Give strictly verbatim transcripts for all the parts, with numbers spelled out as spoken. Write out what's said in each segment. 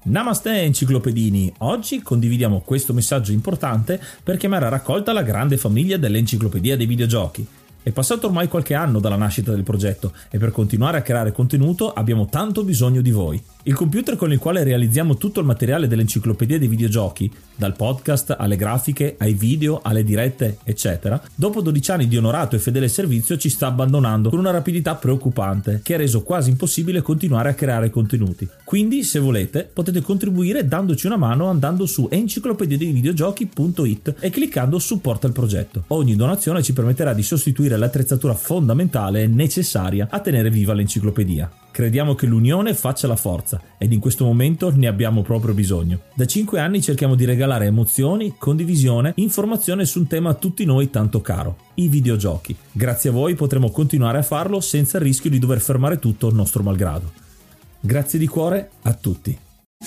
Namaste enciclopedini, oggi condividiamo questo messaggio importante per chiamare a raccolta la grande famiglia dell'enciclopedia dei videogiochi. È passato ormai qualche anno dalla nascita del progetto e per continuare a creare contenuto abbiamo tanto bisogno di voi. Il computer con il quale realizziamo tutto il materiale dell'enciclopedia dei videogiochi, dal podcast alle grafiche, ai video, alle dirette, eccetera, dopo dodici anni di onorato e fedele servizio ci sta abbandonando con una rapidità preoccupante che ha reso quasi impossibile continuare a creare contenuti. Quindi, se volete, potete contribuire dandoci una mano andando su enciclopedia dei videogiochi punto it e cliccando supporta il progetto. Ogni donazione ci permetterà di sostituire l'attrezzatura fondamentale e necessaria a tenere viva l'enciclopedia. Crediamo che l'unione faccia la forza ed in questo momento ne abbiamo proprio bisogno. Da cinque anni cerchiamo di regalare emozioni, condivisione, informazione su un tema a tutti noi tanto caro, i videogiochi. Grazie a voi potremo continuare a farlo senza il rischio di dover fermare tutto nostro malgrado. Grazie di cuore a tutti.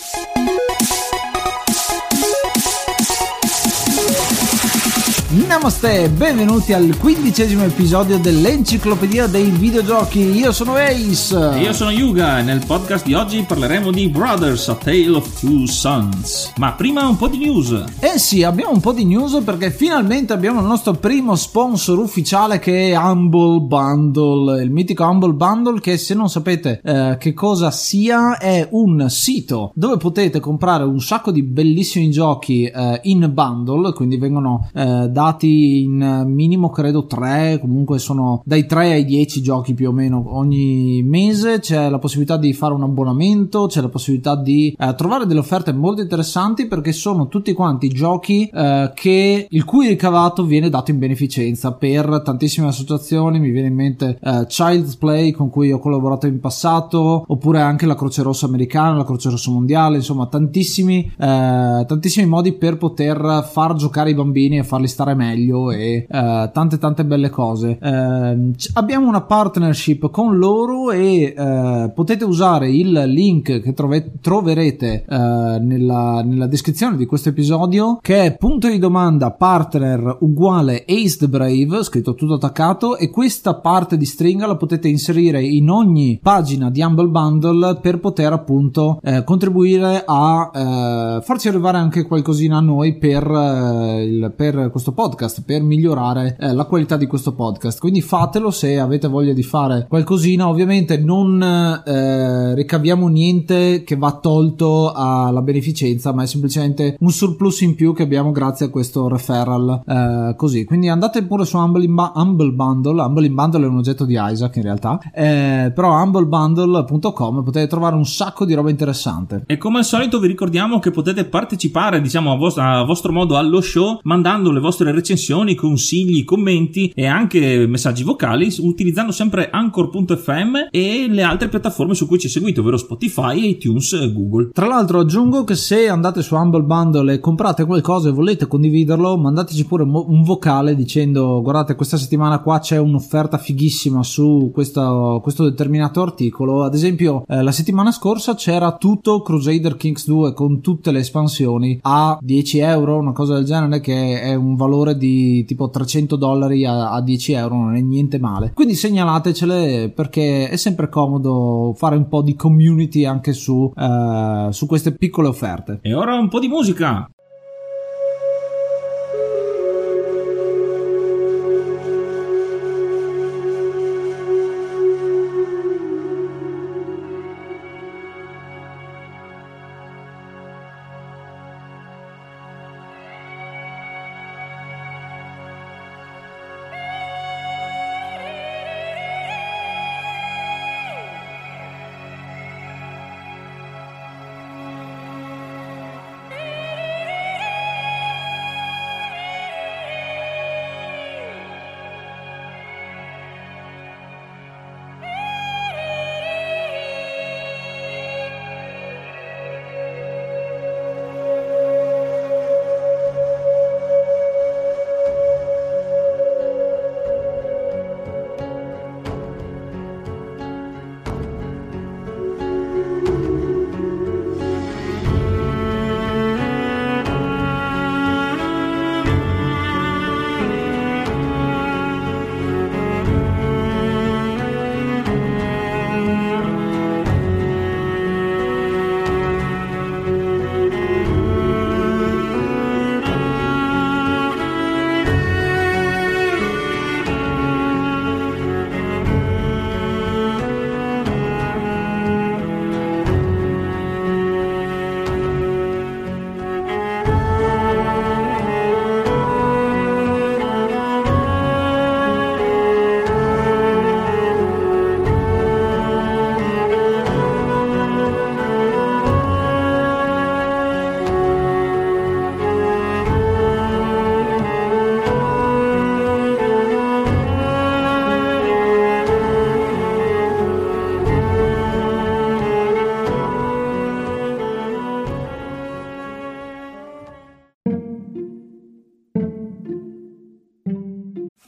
Namaste, benvenuti al quindicesimo episodio dell'enciclopedia dei videogiochi. Io sono Ace. E io sono Yuga e nel podcast di oggi parleremo di Brothers, A Tale of Two Sons. Ma prima un po' di news. Eh sì, abbiamo un po' di news perché finalmente abbiamo il nostro primo sponsor ufficiale che è Humble Bundle. Il mitico Humble Bundle, che se non sapete eh, che cosa sia, è un sito dove potete comprare un sacco di bellissimi giochi eh, in bundle, quindi vengono eh, dati in minimo credo tre, comunque sono dai tre ai dieci giochi più o meno ogni mese. C'è la possibilità di fare un abbonamento, c'è la possibilità di eh, trovare delle offerte molto interessanti perché sono tutti quanti giochi eh, che il cui ricavato viene dato in beneficenza per tantissime associazioni. Mi viene in mente eh, Child's Play, con cui ho collaborato in passato, oppure anche la Croce Rossa americana, la Croce Rossa mondiale, insomma tantissimi eh, tantissimi modi per poter far giocare i bambini e farli stare meglio e uh, tante tante belle cose. Uh, c- abbiamo una partnership con loro e uh, potete usare il link che trove- troverete uh, nella, nella descrizione di questo episodio, che è punto di domanda partner uguale Ace the Brave, scritto tutto attaccato, e questa parte di stringa la potete inserire in ogni pagina di Humble Bundle per poter appunto uh, contribuire a uh, farci arrivare anche qualcosina a noi per, uh, il, per questo podcast, per migliorare eh, la qualità di questo podcast. Quindi fatelo se avete voglia di fare qualcosina. Ovviamente non eh, ricaviamo niente che va tolto alla beneficenza, ma è semplicemente un surplus in più che abbiamo grazie a questo referral, eh, così. Quindi andate pure su Humble, ba- Humble Bundle. Humble Bundle è un oggetto di Isaac in realtà, eh, però humble bundle punto com potete trovare un sacco di roba interessante. E come al solito vi ricordiamo che potete partecipare, diciamo a, vos- a vostro modo, allo show, mandando le vostre recensioni, consigli, commenti e anche messaggi vocali utilizzando sempre anchor punto effe emme e le altre piattaforme su cui ci seguite, ovvero Spotify, iTunes e Google. Tra l'altro aggiungo che se andate su Humble Bundle e comprate qualcosa e volete condividerlo, mandateci pure un vocale dicendo: guardate, questa settimana qua c'è un'offerta fighissima su questo, questo determinato articolo. Ad esempio eh, la settimana scorsa c'era tutto Crusader Kings due con tutte le espansioni a dieci euro, una cosa del genere, che è un valore di tipo trecento dollari a, a dieci euro, non è niente male. Quindi segnalatecele perché è sempre comodo fare un po' di community anche su, uh, su queste piccole offerte. E ora un po' di musica.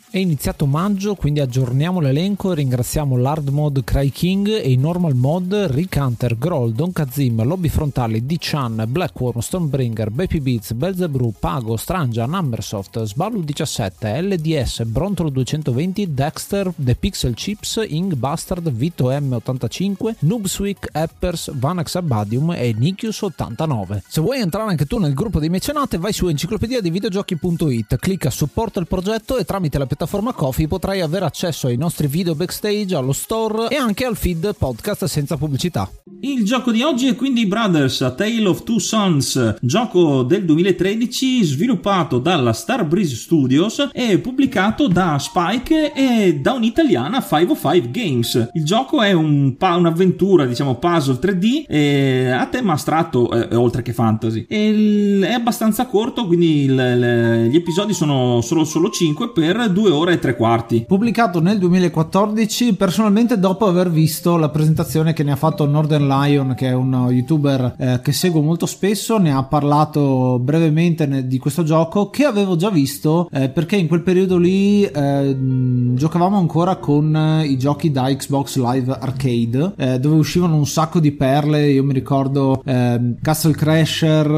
È iniziato maggio, quindi aggiorniamo l'elenco e ringraziamo l'Hard Mod Cry King e i Normal Mod Rick Hunter, Groll, Don Kazim, Lobby Frontali, D-Chan, Blackworm, Stormbringer, Baby Beats, Belzebrew, Pago, Strangia, Numbersoft, Sballu diciassette, L D S, Brontolo duecentoventi, Dexter, The Pixel Chips, Ing Bastard, Vito M ottantacinque, Noobswick, Eppers, Vanax Abadium e Nikius ottantanove. Se vuoi entrare anche tu nel gruppo dei mecenate, vai su enciclopedia di videogiochi punto it, clicca supporta il progetto e tramite la piattaforma Ko-fi potrai avere accesso ai nostri video backstage, allo store e anche al feed podcast senza pubblicità. Il gioco di oggi è quindi Brothers, A Tale of Two Sons, gioco del duemilatredici sviluppato dalla Starbreeze Studios e pubblicato da Spike e da un'italiana cinquecentocinque Games. Il gioco è un pa- un'avventura, diciamo puzzle tre D e a tema astratto eh, oltre che fantasy. E il- è abbastanza corto, quindi il- le- gli episodi sono solo, solo cinque per due ore e tre quarti. Pubblicato nel duemilaquattordici, personalmente dopo aver visto la presentazione che ne ha fatto Northern Lion, che è un youtuber eh, che seguo molto spesso, ne ha parlato brevemente ne- di questo gioco che avevo già visto eh, perché in quel periodo lì eh, giocavamo ancora con eh, i giochi da Xbox Live Arcade eh, dove uscivano un sacco di perle. Io mi ricordo eh, Castle Crasher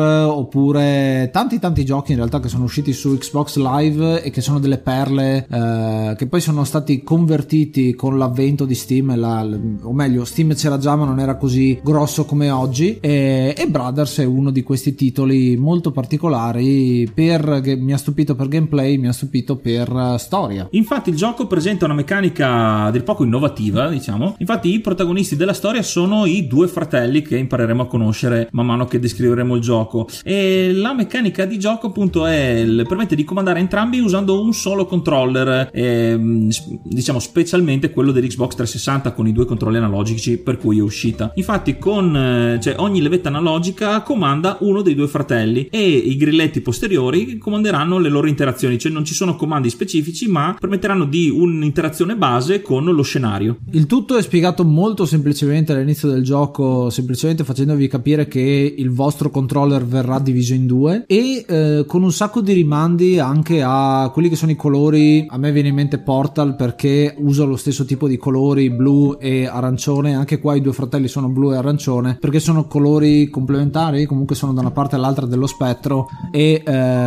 oppure tanti tanti giochi in realtà che sono usciti su Xbox Live e che sono delle perle eh, che poi sono stati convertiti con l'avvento di Steam e la, o meglio Steam c'era già ma non era così grosso come oggi e, e Brothers è uno di questi titoli molto particolari per, che mi ha stupito per gameplay, mi ha stupito per uh, storia. Infatti il gioco presenta una meccanica a dir poco innovativa, diciamo. Infatti i protagonisti della storia sono i due fratelli che impareremo a conoscere man mano che descriveremo il gioco, e la meccanica di gioco appunto è il, permette di comandare entrambi usando un solo controller, ehm, diciamo specialmente quello dell'Xbox trecentosessanta con i due controlli analogici per cui è uscita. Infatti con cioè, ogni levetta analogica comanda uno dei due fratelli e i grilletti posteriori comanderanno le loro interazioni, cioè non ci sono comandi specifici ma permetteranno di un'interazione base con lo scenario. Il tutto è spiegato molto semplicemente all'inizio del gioco, semplicemente facendovi capire che il vostro controller verrà diviso in due e eh, con un sacco di rimandi anche a quelli che sono i colori. A me viene in mente Portal perché usa lo stesso tipo di colori, blu e arancione. Anche qua i due fratelli sono blu e arancione perché sono colori complementari, comunque sono da una parte all'altra dello spettro e,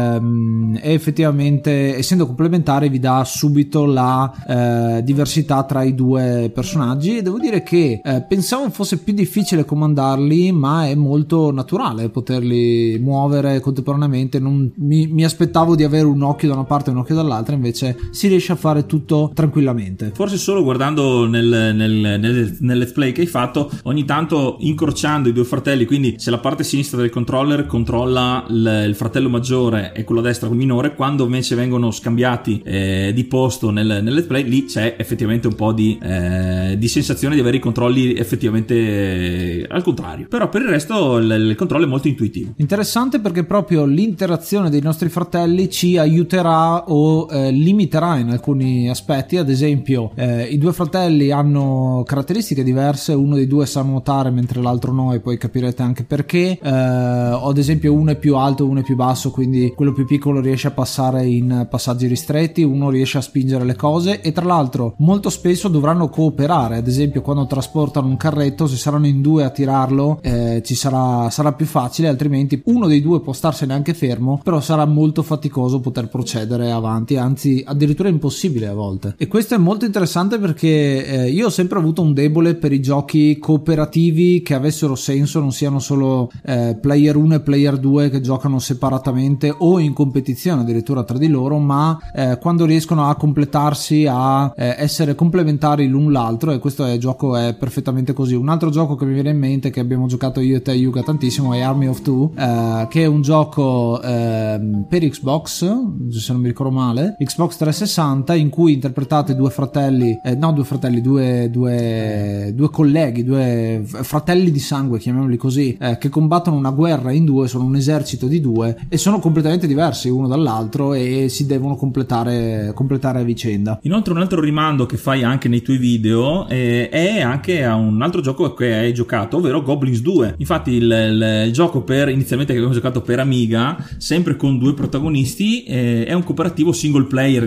ehm, e effettivamente essendo complementari vi dà subito la eh, diversità tra i due personaggi. E devo dire che eh, pensavo fosse più difficile comandarli, ma è molto naturale poterli muovere contemporaneamente. Non, mi, mi aspettavo di avere un occhio da una parte e un occhio dall'altra, invece si riesce a fare tutto tranquillamente. Forse solo guardando nel, nel, nel, nel let's play che hai fatto, ogni tanto incrociando i due fratelli, quindi se la parte sinistra del controller controlla il, il fratello maggiore e quello a destra il minore, quando invece vengono scambiati eh, di posto nel, nel let's play, lì c'è effettivamente un po' di, eh, di sensazione di avere i controlli effettivamente eh, al contrario, però per il resto il, il controllo è molto intuitivo. Interessante perché proprio l'interazione dei nostri fratelli ci aiuterà o eh, limiterà in alcuni aspetti. Ad esempio eh, i due fratelli hanno caratteristiche diverse, uno dei due sa nuotare mentre l'altro no e poi capirete anche perché. eh, ad esempio uno è più alto, uno è più basso, quindi quello più piccolo riesce a passare in passaggi ristretti, uno riesce a spingere le cose e tra l'altro molto spesso dovranno cooperare. Ad esempio quando trasportano un carretto, se saranno in due a tirarlo eh, ci sarà, sarà più facile, altrimenti uno dei due può starsene anche fermo, però sarà molto faticoso poter procedere avanti, anzi addirittura impossibile a volte. E questo è molto interessante perché eh, io ho sempre avuto un debole per i giochi cooperativi che avessero senso, non siano solo eh, player uno e player due che giocano separatamente o in competizione addirittura tra di loro, ma eh, quando riescono a completarsi, a eh, essere complementari l'un l'altro, e questo è, gioco è perfettamente così. Un altro gioco che mi viene in mente, che abbiamo giocato io e te Yuga tantissimo, è Army of Two, eh, che è un gioco eh, per Xbox, se non mi ricordo male, Xbox trecentosessanta, in cui interpretate due fratelli, eh, no due fratelli, due, due, due colleghi, due fratelli di sangue, chiamiamoli così, eh, che combattono una guerra in due, sono un esercito di due e sono completamente diversi uno dall'altro e si devono completare, completare a vicenda. Inoltre un altro rimando che fai anche nei tuoi video eh, è anche a un altro gioco che hai giocato, ovvero Goblins due. Infatti il, il, il gioco per inizialmente che abbiamo giocato per Amiga, sempre con due protagonisti, eh, è un cooperativo single player,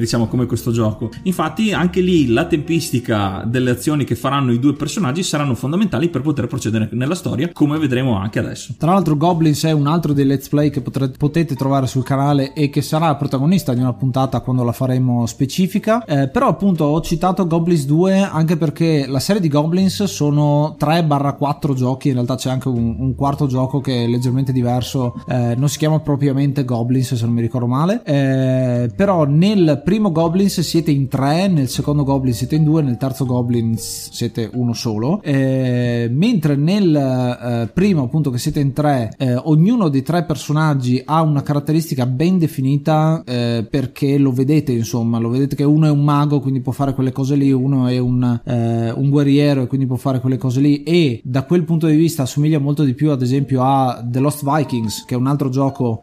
diciamo, come questo gioco. Infatti anche lì la tempistica delle azioni che faranno i due personaggi saranno fondamentali per poter procedere nella storia, come vedremo anche adesso. Tra l'altro Goblins è un altro dei let's play che potrete, potete trovare sul canale e che sarà protagonista di una puntata quando la faremo specifica, eh, però appunto ho citato Goblins due anche perché la serie di Goblins sono tre quattro giochi, in realtà c'è anche un, un quarto gioco che è leggermente diverso, eh, non si chiama propriamente Goblins se non mi ricordo male, eh, però nel primo Goblins siete in tre, nel secondo Goblins siete in due, nel terzo Goblins siete uno solo, eh, mentre nel eh, primo appunto che siete in tre, eh, ognuno dei tre personaggi ha una caratteristica ben definita, eh, perché lo vedete, insomma lo vedete che uno è un mago quindi può fare quelle cose lì, uno è un, eh, un guerriero e quindi può fare quelle cose lì, e da quel punto di vista assomiglia molto di più ad esempio a The Lost Vikings, che è un altro gioco,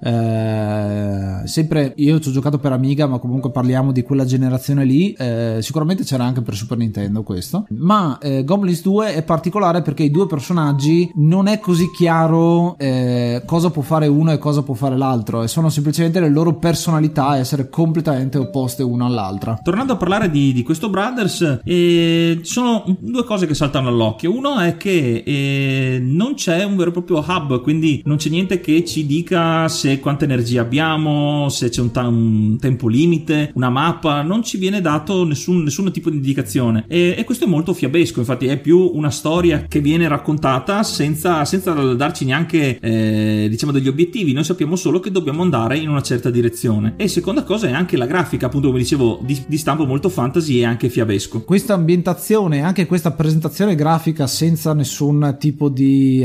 eh, sempre io ci ho giocato per Amiga ma comunque parliamo di quella generazione lì, eh, sicuramente c'era anche per Super Nintendo questo, ma eh, Goblins due è particolare perché i due personaggi non è così chiaro eh, cosa può fare uno e cosa può fare l'altro, e sono semplicemente le loro personalità essere completamente opposte una all'altra. Tornando a parlare di, di questo Brothers, eh, ci sono due cose che saltano all'occhio. Uno è che eh, non c'è un vero e proprio hub, quindi non c'è niente che ci dica se quanta energia abbiamo, se c'è un, ta- un tempo limite, una mappa, non ci viene dato nessun, nessun tipo di indicazione, e, e questo è molto fiabesco. Infatti è più una storia che viene raccontata senza, senza darci neanche eh, diciamo degli obiettivi, noi sappiamo solo che dobbiamo andare in una certa direzione. E seconda cosa è anche la grafica, appunto come dicevo, di, di stampo molto fantasy e anche fiabesco. Questa ambientazione, anche questa presentazione grafica senza nessun tipo di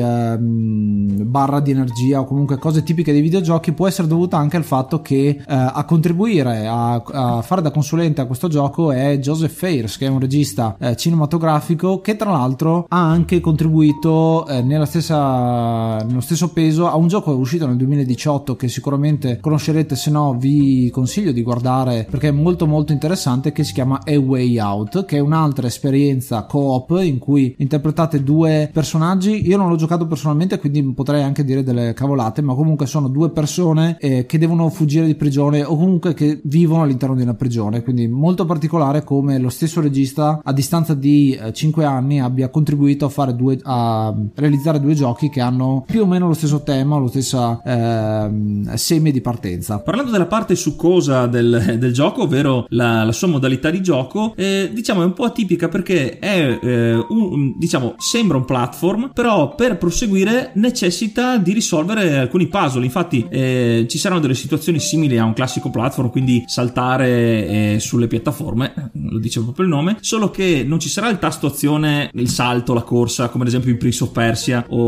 ehm, barra di energia o comunque cose tipiche dei videogiochi, può essere dovuta anche al fatto che eh, a contribuire a, a fare da consulente a questo gioco è Joseph Fares, che è un regista eh, cinematografico che tra l'altro ha anche contribuito eh, nella stessa, nello stesso peso a un gioco uscito nel duemiladiciotto che sicuramente conoscerete, se no vi consiglio di guardare perché è molto molto interessante, che si chiama A Way Out, che è un'altra esperienza co-op in cui interpretate due personaggi. Io non l'ho giocato personalmente quindi potrei anche dire delle cavolate, ma comunque sono due persone eh, che devono fuggire di prigione o comunque che vivono all'interno di una prigione, quindi molto particolare come lo stesso regista a distanza di eh, cinque anni abbia contribuito a fare due a realizzare due giochi che hanno più o meno lo stesso tema, lo stesso eh, seme di partenza. Parlando della parte succosa del, del gioco, ovvero la, la sua modalità di gioco, eh, diciamo è un po' atipica perché è eh, un, diciamo sembra un platform, però per proseguire necessita di risolvere alcuni puzzle. Infatti eh, ci saranno delle situazioni simili a un classico platform, quindi saltare eh, sulle piattaforme, lo dice proprio il nome, solo che non ci sarà il tasto azione, il salto, la corsa come ad esempio in Prince of Persia o,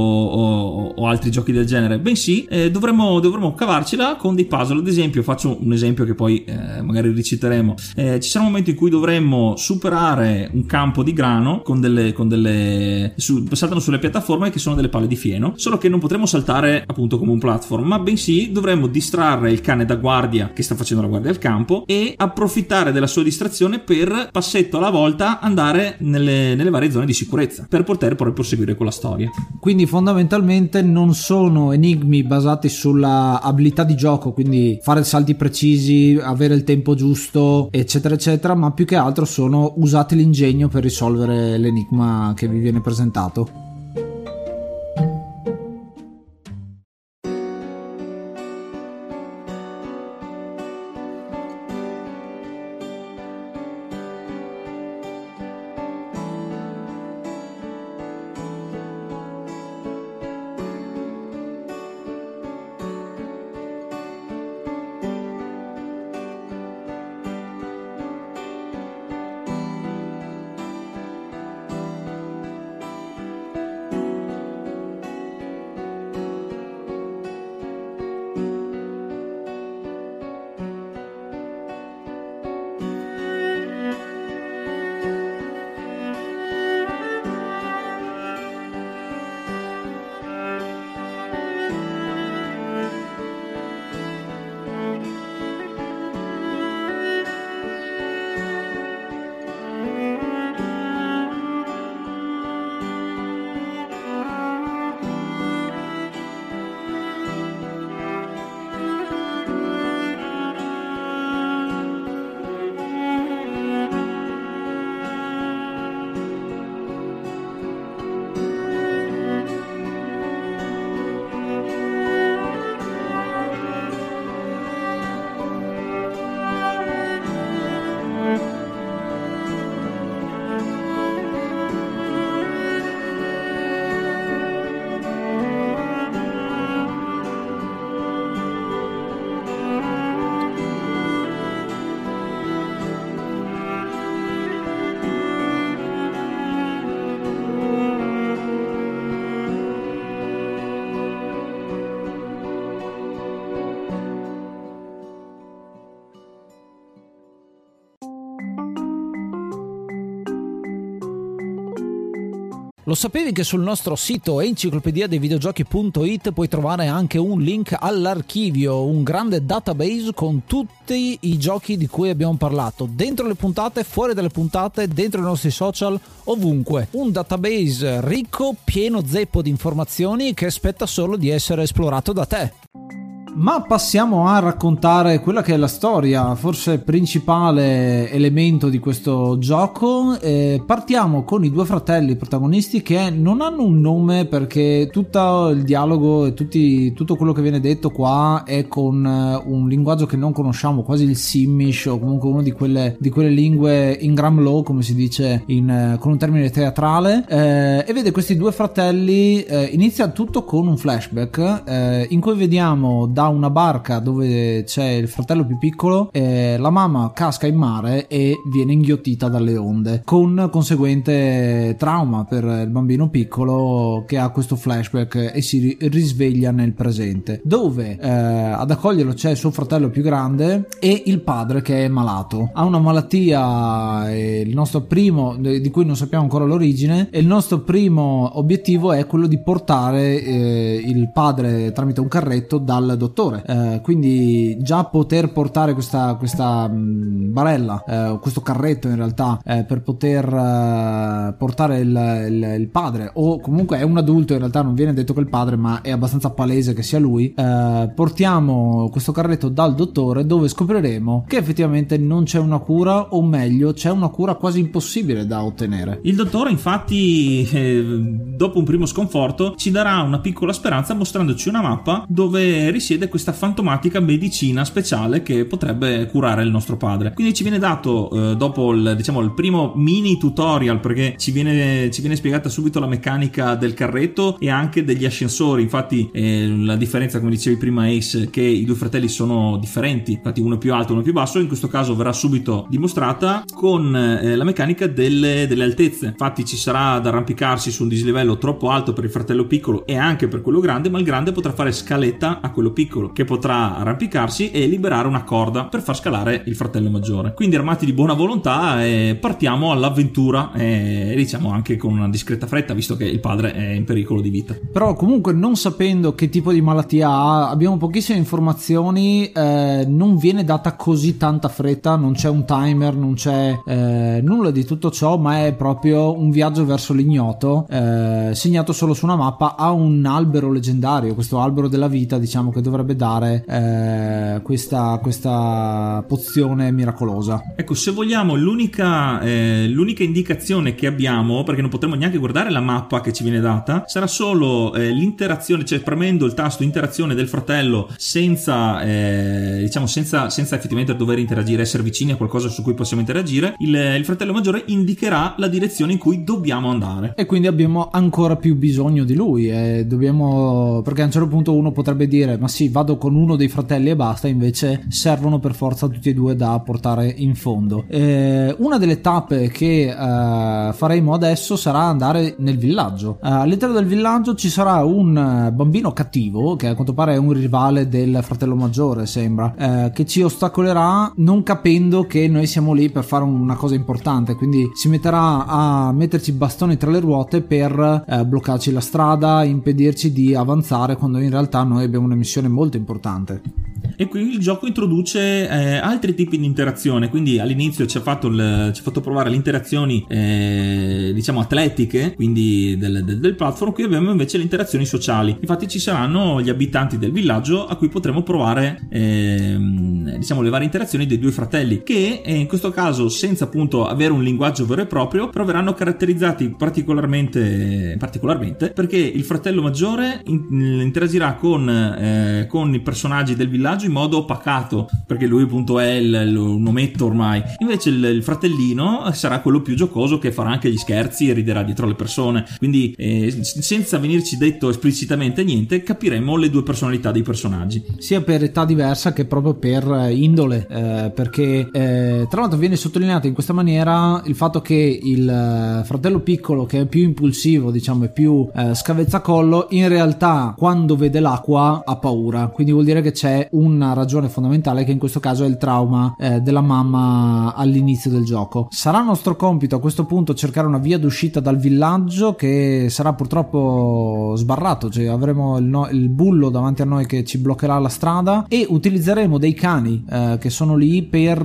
o, o altri giochi del genere, bensì eh, dovremmo, dovremmo cavarcela con dei puzzle. Ad esempio faccio un esempio che poi eh, magari riciteremo, eh, ci sarà un momento in cui dovremmo superare un campo di grano con delle, con delle su, saltano sulle piattaforme che sono delle palle di fieno, solo che non potremo saltare appunto come un platform, ma bensì dovremmo distrarre il cane da guardia che sta facendo la guardia al campo e approfittare della sua distrazione per, passetto alla volta, andare nelle, nelle varie zone di sicurezza per poter poi proseguire con la storia. Quindi fondamentalmente non sono enigmi basati sulla abilità di gioco, quindi fare salti precisi, avere il tempo giusto eccetera eccetera, ma più che altro sono usati l'ingegno per risolvere l'enigma che vi viene presentato. Lo sapevi che sul nostro sito enciclopedia dei videogiochi punto it puoi trovare anche un link all'archivio, un grande database con tutti i giochi di cui abbiamo parlato, dentro le puntate, fuori dalle puntate, dentro i nostri social, ovunque. Un database ricco, pieno zeppo di informazioni che aspetta solo di essere esplorato da te. Ma passiamo a raccontare quella che è la storia, forse principale elemento di questo gioco. Eh, partiamo con i due fratelli protagonisti che non hanno un nome, perché tutto il dialogo e tutti, tutto quello che viene detto qua è con un linguaggio che non conosciamo, quasi il Simlish, o comunque una di quelle, di quelle lingue in Gramlow, come si dice in, con un termine teatrale. Eh, e vede questi due fratelli, eh, inizia tutto con un flashback eh, in cui vediamo da una barca dove c'è il fratello più piccolo, eh, la mamma casca in mare e viene inghiottita dalle onde, con conseguente trauma per il bambino piccolo, che ha questo flashback e si risveglia nel presente, dove eh, ad accoglierlo c'è il suo fratello più grande e il padre che è malato, ha una malattia, eh, il nostro primo, di cui non sappiamo ancora l'origine, e il nostro primo obiettivo è quello di portare eh, il padre tramite un carretto dal dottore. Eh, quindi già poter portare questa, questa mh, barella, eh, questo carretto in realtà, eh, per poter eh, portare il, il, il padre, o comunque è un adulto, in realtà non viene detto che è il padre, ma è abbastanza palese che sia lui. Eh, portiamo questo carretto dal dottore, dove scopriremo che effettivamente non c'è una cura, o meglio c'è una cura quasi impossibile da ottenere. Il dottore infatti eh, dopo un primo sconforto ci darà una piccola speranza, mostrandoci una mappa dove risiede questa fantomatica medicina speciale che potrebbe curare il nostro padre. Quindi ci viene dato eh, dopo il, diciamo, il primo mini tutorial, perché ci viene, ci viene spiegata subito la meccanica del carretto e anche degli ascensori. Infatti eh, la differenza, come dicevi prima Ace, che i due fratelli sono differenti, infatti uno è più alto e uno è più basso, in questo caso verrà subito dimostrata con eh, la meccanica delle, delle altezze. Infatti ci sarà da arrampicarsi su un dislivello troppo alto per il fratello piccolo e anche per quello grande, ma il grande potrà fare scaletta a quello piccolo, che potrà arrampicarsi e liberare una corda per far scalare il fratello maggiore. Quindi armati di buona volontà eh, partiamo all'avventura, e eh, diciamo anche con una discreta fretta, visto che il padre è in pericolo di vita. Però comunque, non sapendo che tipo di malattia ha, abbiamo pochissime informazioni, eh, non viene data così tanta fretta, non c'è un timer, non c'è eh, nulla di tutto ciò, ma è proprio un viaggio verso l'ignoto, eh, segnato solo su una mappa. Ha un albero leggendario, questo albero della vita, diciamo, che dovrebbe dare eh, questa, questa pozione miracolosa. Ecco, se vogliamo, l'unica, eh, l'unica indicazione che abbiamo, perché non potremo neanche guardare la mappa che ci viene data, sarà solo eh, l'interazione, cioè premendo il tasto interazione del fratello senza eh, diciamo senza, senza effettivamente dover interagire, essere vicini a qualcosa su cui possiamo interagire. Il, il fratello maggiore indicherà la direzione in cui dobbiamo andare, e quindi abbiamo ancora più bisogno di lui, e dobbiamo, perché a un certo punto uno potrebbe dire ma sì, vado con uno dei fratelli e basta, invece servono per forza tutti e due da portare in fondo. Eh, una delle tappe che eh, faremo adesso sarà andare nel villaggio. Eh, all'interno del villaggio ci sarà un bambino cattivo, che a quanto pare è un rivale del fratello maggiore, sembra, eh, che ci ostacolerà, non capendo che noi siamo lì per fare una cosa importante, quindi si metterà a metterci bastoni tra le ruote per eh, bloccarci la strada, impedirci di avanzare, quando in realtà noi abbiamo una missione molto importante. E qui il gioco introduce eh, altri tipi di interazione. Quindi all'inizio ci ha fatto, il, ci ha fatto provare le interazioni eh, diciamo atletiche, quindi del, del, del platform. Qui abbiamo invece le interazioni sociali. Infatti ci saranno gli abitanti del villaggio a cui potremo provare eh, diciamo le varie interazioni dei due fratelli, che eh, in questo caso, senza appunto avere un linguaggio vero e proprio, però verranno caratterizzati particolarmente particolarmente perché il fratello maggiore in, interagirà con, eh, con i personaggi del villaggio in modo pacato, perché lui appunto è il, il, un ometto ormai. Invece il, il fratellino sarà quello più giocoso, che farà anche gli scherzi e riderà dietro le persone. Quindi eh, senza venirci detto esplicitamente niente, capiremo le due personalità dei personaggi, sia per età diversa che proprio per indole, eh, perché eh, tra l'altro viene sottolineato in questa maniera il fatto che il fratello piccolo, che è più impulsivo, diciamo, è più eh, scavezzacollo, in realtà quando vede l'acqua ha paura, quindi vuol dire che c'è un una ragione fondamentale, che in questo caso è il trauma eh, della mamma all'inizio del gioco. Sarà nostro compito a questo punto cercare una via d'uscita dal villaggio, che sarà purtroppo sbarrato, cioè avremo il, no- il bullo davanti a noi che ci bloccherà la strada, e utilizzeremo dei cani eh, che sono lì per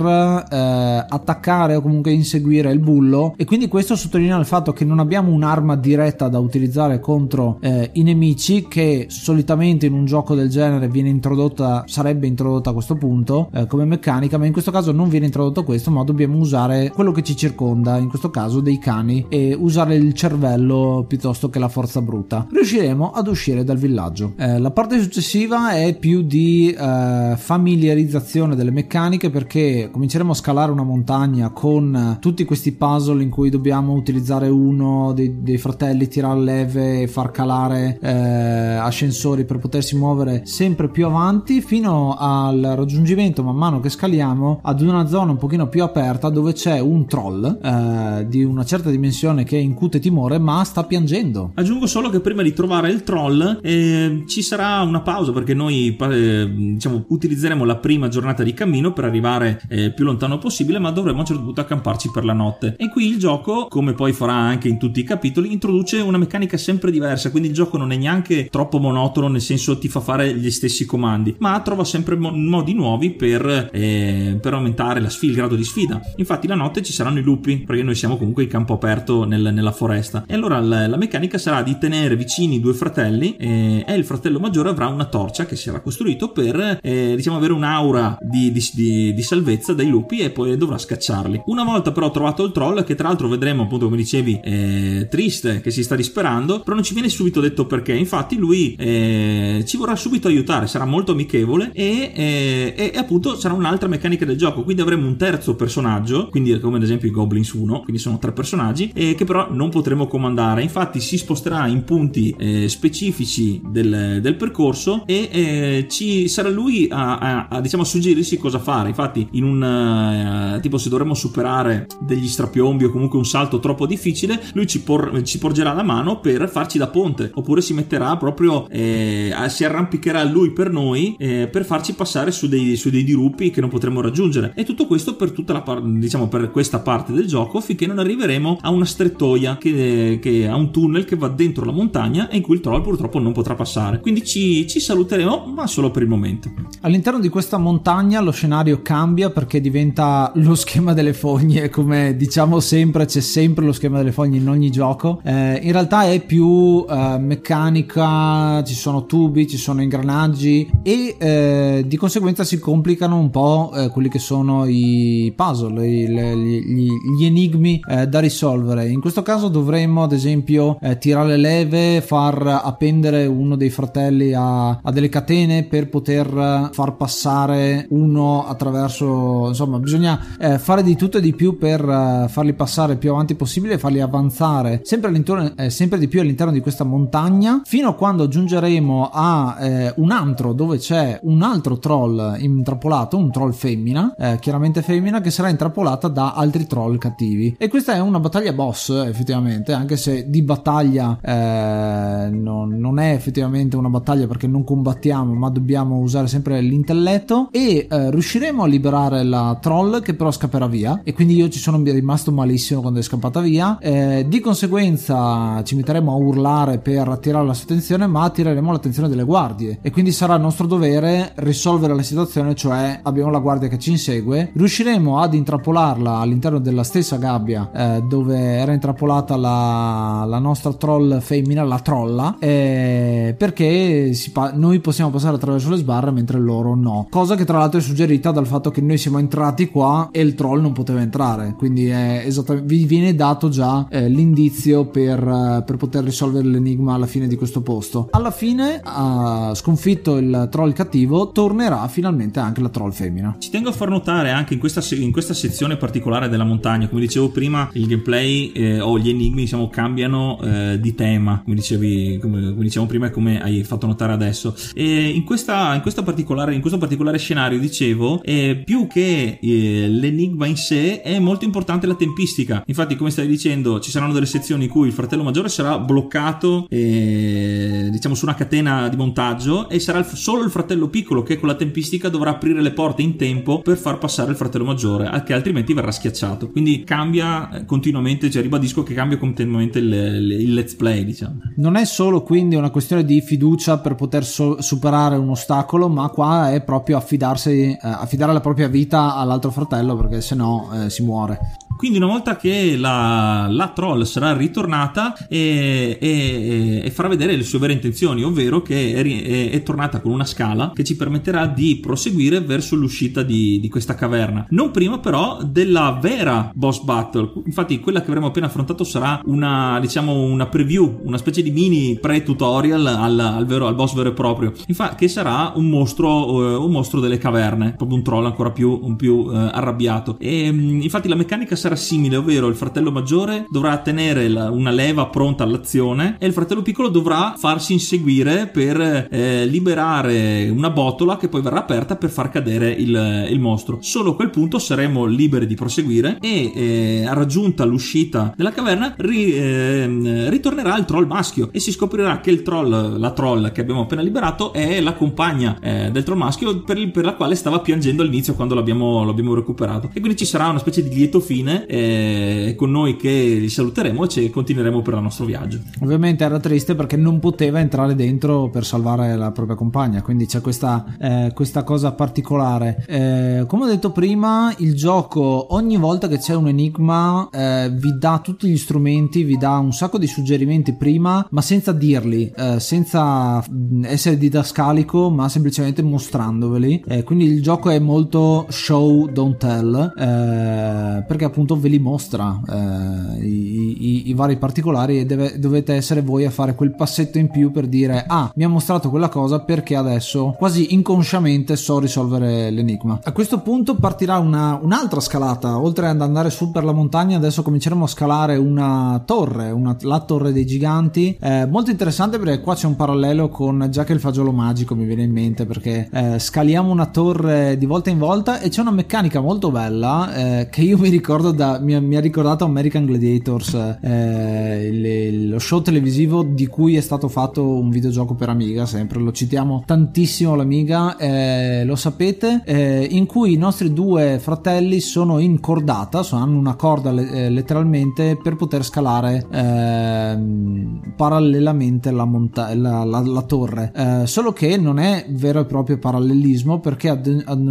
eh, attaccare o comunque inseguire il bullo, e quindi questo sottolinea il fatto che non abbiamo un'arma diretta da utilizzare contro eh, i nemici, che solitamente in un gioco del genere viene introdotta, sarebbe introdotta a questo punto eh, come meccanica, ma in questo caso non viene introdotto questo, ma dobbiamo usare quello che ci circonda, in questo caso dei cani, e usare il cervello piuttosto che la forza bruta. Riusciremo ad uscire dal villaggio. Eh, la parte successiva è più di eh, familiarizzazione delle meccaniche, perché cominceremo a scalare una montagna con tutti questi puzzle in cui dobbiamo utilizzare uno dei, dei fratelli, tirare leve e far calare eh, ascensori per potersi muovere sempre più avanti, fino al raggiungimento, man mano che scaliamo, ad una zona un pochino più aperta dove c'è un troll eh, di una certa dimensione che incute timore, ma sta piangendo. Aggiungo solo che prima di trovare il troll eh, ci sarà una pausa, perché noi eh, diciamo utilizzeremo la prima giornata di cammino per arrivare eh, più lontano possibile, ma dovremo a un certo punto accamparci per la notte. E qui il gioco, come poi farà anche in tutti i capitoli, introduce una meccanica sempre diversa, quindi il gioco non è neanche troppo monotono, nel senso ti fa fare gli stessi comandi, ma trova sempre mo- modi nuovi per, eh, per aumentare la sfida, il grado di sfida. Infatti la notte ci saranno i lupi, perché noi siamo comunque in campo aperto nel, nella foresta, e allora la, la meccanica sarà di tenere vicini i due fratelli eh, e il fratello maggiore avrà una torcia che si era costruito per eh, diciamo avere un'aura di, di, di, di salvezza dai lupi, e poi dovrà scacciarli. Una volta però trovato il troll, che tra l'altro vedremo appunto, come dicevi, eh, triste, che si sta disperando, però non ci viene subito detto perché. Infatti lui eh, ci vorrà subito aiutare, sarà molto amichevole, e, e, e appunto sarà un'altra meccanica del gioco, quindi avremo un terzo personaggio, quindi come ad esempio i Goblins uno, quindi sono tre personaggi, e che però non potremo comandare. Infatti si sposterà in punti eh, specifici del, del percorso, e eh, ci sarà lui a, a, a diciamo suggerirsi cosa fare. Infatti in un uh, tipo, se dovremmo superare degli strapiombi o comunque un salto troppo difficile, lui ci, por- ci porgerà la mano per farci da ponte, oppure si metterà proprio eh, si arrampicherà lui per noi eh, per farci passare su dei, su dei dirupi che non potremo raggiungere. E tutto questo per tutta la par- diciamo per questa parte del gioco, finché non arriveremo a una strettoia che, che ha un tunnel che va dentro la montagna, e in cui il troll purtroppo non potrà passare. Quindi ci, ci saluteremo, ma solo per il momento. All'interno di questa montagna lo scenario cambia, perché diventa lo schema delle fogne, come diciamo sempre, c'è sempre lo schema delle fogne in ogni gioco. Eh, in realtà è più eh, meccanica, ci sono tubi, ci sono ingranaggi, e eh, di conseguenza si complicano un po' eh, quelli che sono i puzzle, i, gli, gli, gli enigmi eh, da risolvere. In questo caso dovremmo ad esempio eh, tirare leve, far appendere uno dei fratelli a, a delle catene per poter far passare uno attraverso, insomma bisogna eh, fare di tutto e di più per eh, farli passare più avanti possibile e farli avanzare sempre, all'intorno, eh, sempre di più all'interno di questa montagna, fino a quando giungeremo a eh, un antro dove c'è un altro troll intrappolato, un troll femmina, eh, chiaramente femmina, che sarà intrappolata da altri troll cattivi. E questa è una battaglia boss effettivamente, anche se di battaglia eh, non, non è effettivamente una battaglia, perché non combattiamo ma dobbiamo usare sempre l'intelletto, e eh, riusciremo a liberare la troll, che però scapperà via, e quindi io ci sono rimasto malissimo quando è scappata via. Eh, di conseguenza ci metteremo a urlare per attirare la sua attenzione, ma attireremo l'attenzione delle guardie, e quindi sarà nostro dovere risolvere la situazione, cioè abbiamo la guardia che ci insegue, riusciremo ad intrappolarla all'interno della stessa gabbia eh, dove era intrappolata la, la nostra troll femmina, la trolla, eh, perché si pa- noi possiamo passare attraverso le sbarre mentre loro no, cosa che tra l'altro è suggerita dal fatto che noi siamo entrati qua e il troll non poteva entrare, quindi è esattamente, vi viene dato già eh, l'indizio per, uh, per poter risolvere l'enigma alla fine di questo posto. Alla fine, uh, sconfitto il troll cattivo, tornerà finalmente anche la troll femmina. Ci tengo a far notare anche in questa, se- in questa sezione particolare della montagna, come dicevo prima, il gameplay eh, o gli enigmi diciamo cambiano eh, di tema, come dicevi, come, come dicevamo prima e come hai fatto notare adesso. E in questa, in questa particolare, in questo particolare scenario, dicevo, eh, più che eh, l'enigma in sé è molto importante la tempistica. Infatti, come stai dicendo, ci saranno delle sezioni in cui il fratello maggiore sarà bloccato eh, diciamo su una catena di montaggio, e sarà il, solo il fratello piccolo piccolo che con la tempistica dovrà aprire le porte in tempo per far passare il fratello maggiore, che altrimenti verrà schiacciato. Quindi cambia continuamente, cioè ribadisco che cambia continuamente il, il let's play, diciamo. Non è solo quindi una questione di fiducia per poter so- superare un ostacolo, ma qua è proprio affidarsi eh, affidare la propria vita all'altro fratello, perché se no eh, si muore. Quindi una volta che la, la troll sarà ritornata e, e, e farà vedere le sue vere intenzioni, ovvero che è, è, è tornata con una scala che ci permetterà di proseguire verso l'uscita di, di questa caverna, non prima però della vera boss battle. Infatti quella che avremo appena affrontato sarà una, diciamo, una preview, una specie di mini pre-tutorial al, al, vero, al boss vero e proprio, infatti, che sarà un mostro, uh, un mostro delle caverne, proprio un troll ancora più, un più uh, arrabbiato. E infatti la meccanica sarà simile, ovvero il fratello maggiore dovrà tenere la, una leva pronta all'azione e il fratello piccolo dovrà farsi inseguire per eh, liberare una botola che poi verrà aperta per far cadere il, il mostro. Solo a quel punto saremo liberi di proseguire e eh, raggiunta l'uscita della caverna ri, eh, ritornerà il troll maschio e si scoprirà che il troll, la troll che abbiamo appena liberato, è la compagna eh, del troll maschio per, per la quale stava piangendo all'inizio quando l'abbiamo, l'abbiamo recuperato. E quindi ci sarà una specie di lieto fine eh, con noi che li saluteremo e ci continueremo per il nostro viaggio. Ovviamente era triste perché non poteva entrare dentro per salvare la propria compagna, quindi c'è questa, eh, questa cosa particolare. Eh, come ho detto prima, il gioco ogni volta che c'è un enigma eh, vi dà tutti gli strumenti, vi dà un sacco di suggerimenti prima, ma senza dirli, eh, senza essere didascalico, ma semplicemente mostrandoveli. Eh, quindi il gioco è molto show don't tell, eh, perché appunto ve li mostra eh, i, i, i vari particolari e deve, dovete essere voi a fare quel passetto in più per dire: ah, mi ha mostrato quella cosa perché adesso quasi inconsciamente so risolvere l'enigma. A questo punto partirà una, un'altra scalata. Oltre ad andare su per la montagna, adesso cominceremo a scalare una torre, una, la torre dei giganti, eh, molto interessante perché qua c'è un parallelo con Jack e il fagiolo magico, mi viene in mente, perché eh, scaliamo una torre di volta in volta e c'è una meccanica molto bella eh, che io mi ricordo da mi, mi ha ricordato American Gladiators, eh, il, lo show televisivo di cui è stato fatto un videogioco per Amiga, sempre lo citiamo tantissimo l'Amiga, eh, lo sapete, eh, in cui i nostri due fratelli sono in cordata, sono, hanno una corda eh, letteralmente per poter scalare eh, parallelamente la, monta- la, la, la torre, eh, solo che non è vero e proprio parallelismo, perché, ad, ad,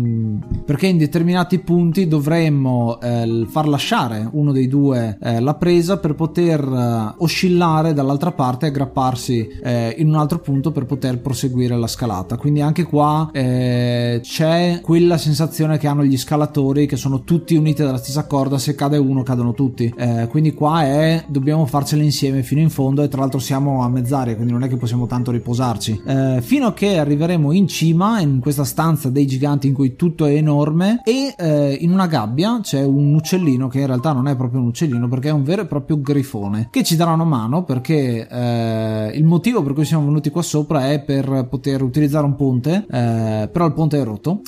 ad, perché in determinati punti dovremmo eh, far lasciare uno dei due eh, la presa per poter eh, oscillare dall'altra parte e aggrapparsi eh, in un altro punto per poter proseguire la scalata. Quindi anche qua eh, c'è quella sensazione che hanno gli scalatori, che sono tutti uniti dalla stessa corda, se cade uno cadono tutti, eh, quindi qua è dobbiamo farcele insieme fino in fondo, e tra l'altro siamo a mezz'aria, quindi non è che possiamo tanto riposarci, eh, fino a che arriveremo in cima, in questa stanza dei giganti in cui tutto è enorme, e eh, in una gabbia c'è un uccellino che in realtà non è proprio un uccellino perché è un vero e proprio grifone, che ci darà una mano, perché eh, il motivo per cui siamo venuti qua sopra è per poter utilizzare un ponte, eh, però il ponte è rotto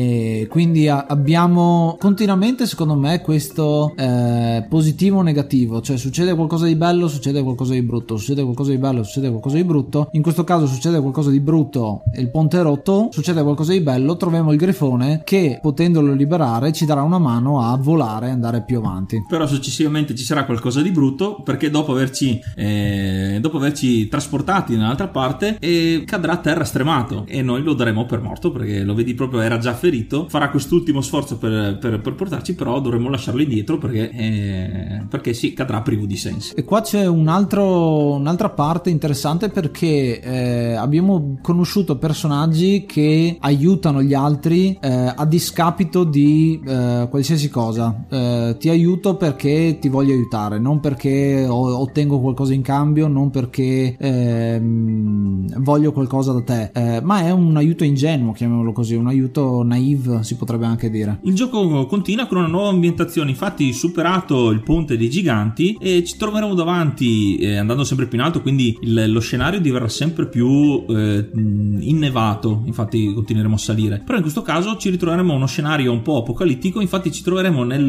e quindi a- abbiamo continuamente, secondo me, questo eh, positivo o negativo, cioè succede qualcosa di bello, succede qualcosa di brutto, succede qualcosa di bello, succede qualcosa di brutto. In questo caso succede qualcosa di brutto e il ponte è rotto, succede qualcosa di bello, troviamo il grifone che, potendolo liberare, ci darà una mano a volare e andare più avanti. Però successivamente ci sarà qualcosa di brutto, perché dopo averci eh, dopo averci trasportati nell'altra parte eh, cadrà a terra stremato e noi lo daremo per morto, perché lo vedi proprio era già ferito. Farà quest'ultimo sforzo per, per, per portarci, però dovremo lasciarlo indietro perché eh, perché sì, cadrà privo di sensi. E qua c'è un altro, un'altra parte interessante, perché eh, abbiamo conosciuto personaggi che aiutano gli altri eh, a discapito di eh, qualsiasi cosa. Eh, ti aiuto perché ti voglio aiutare, non perché o- ottengo qualcosa in cambio, non perché ehm, voglio qualcosa da te, eh, ma è un aiuto ingenuo, chiamiamolo così, un aiuto naive, si potrebbe anche dire. Il gioco continua con una nuova ambientazione, infatti superato il ponte dei giganti e ci troveremo davanti, eh, andando sempre più in alto, quindi il, lo scenario diverrà sempre più eh, innevato, infatti continueremo a salire, però in questo caso ci ritroveremo uno scenario un po' apocalittico, infatti ci troveremo nel,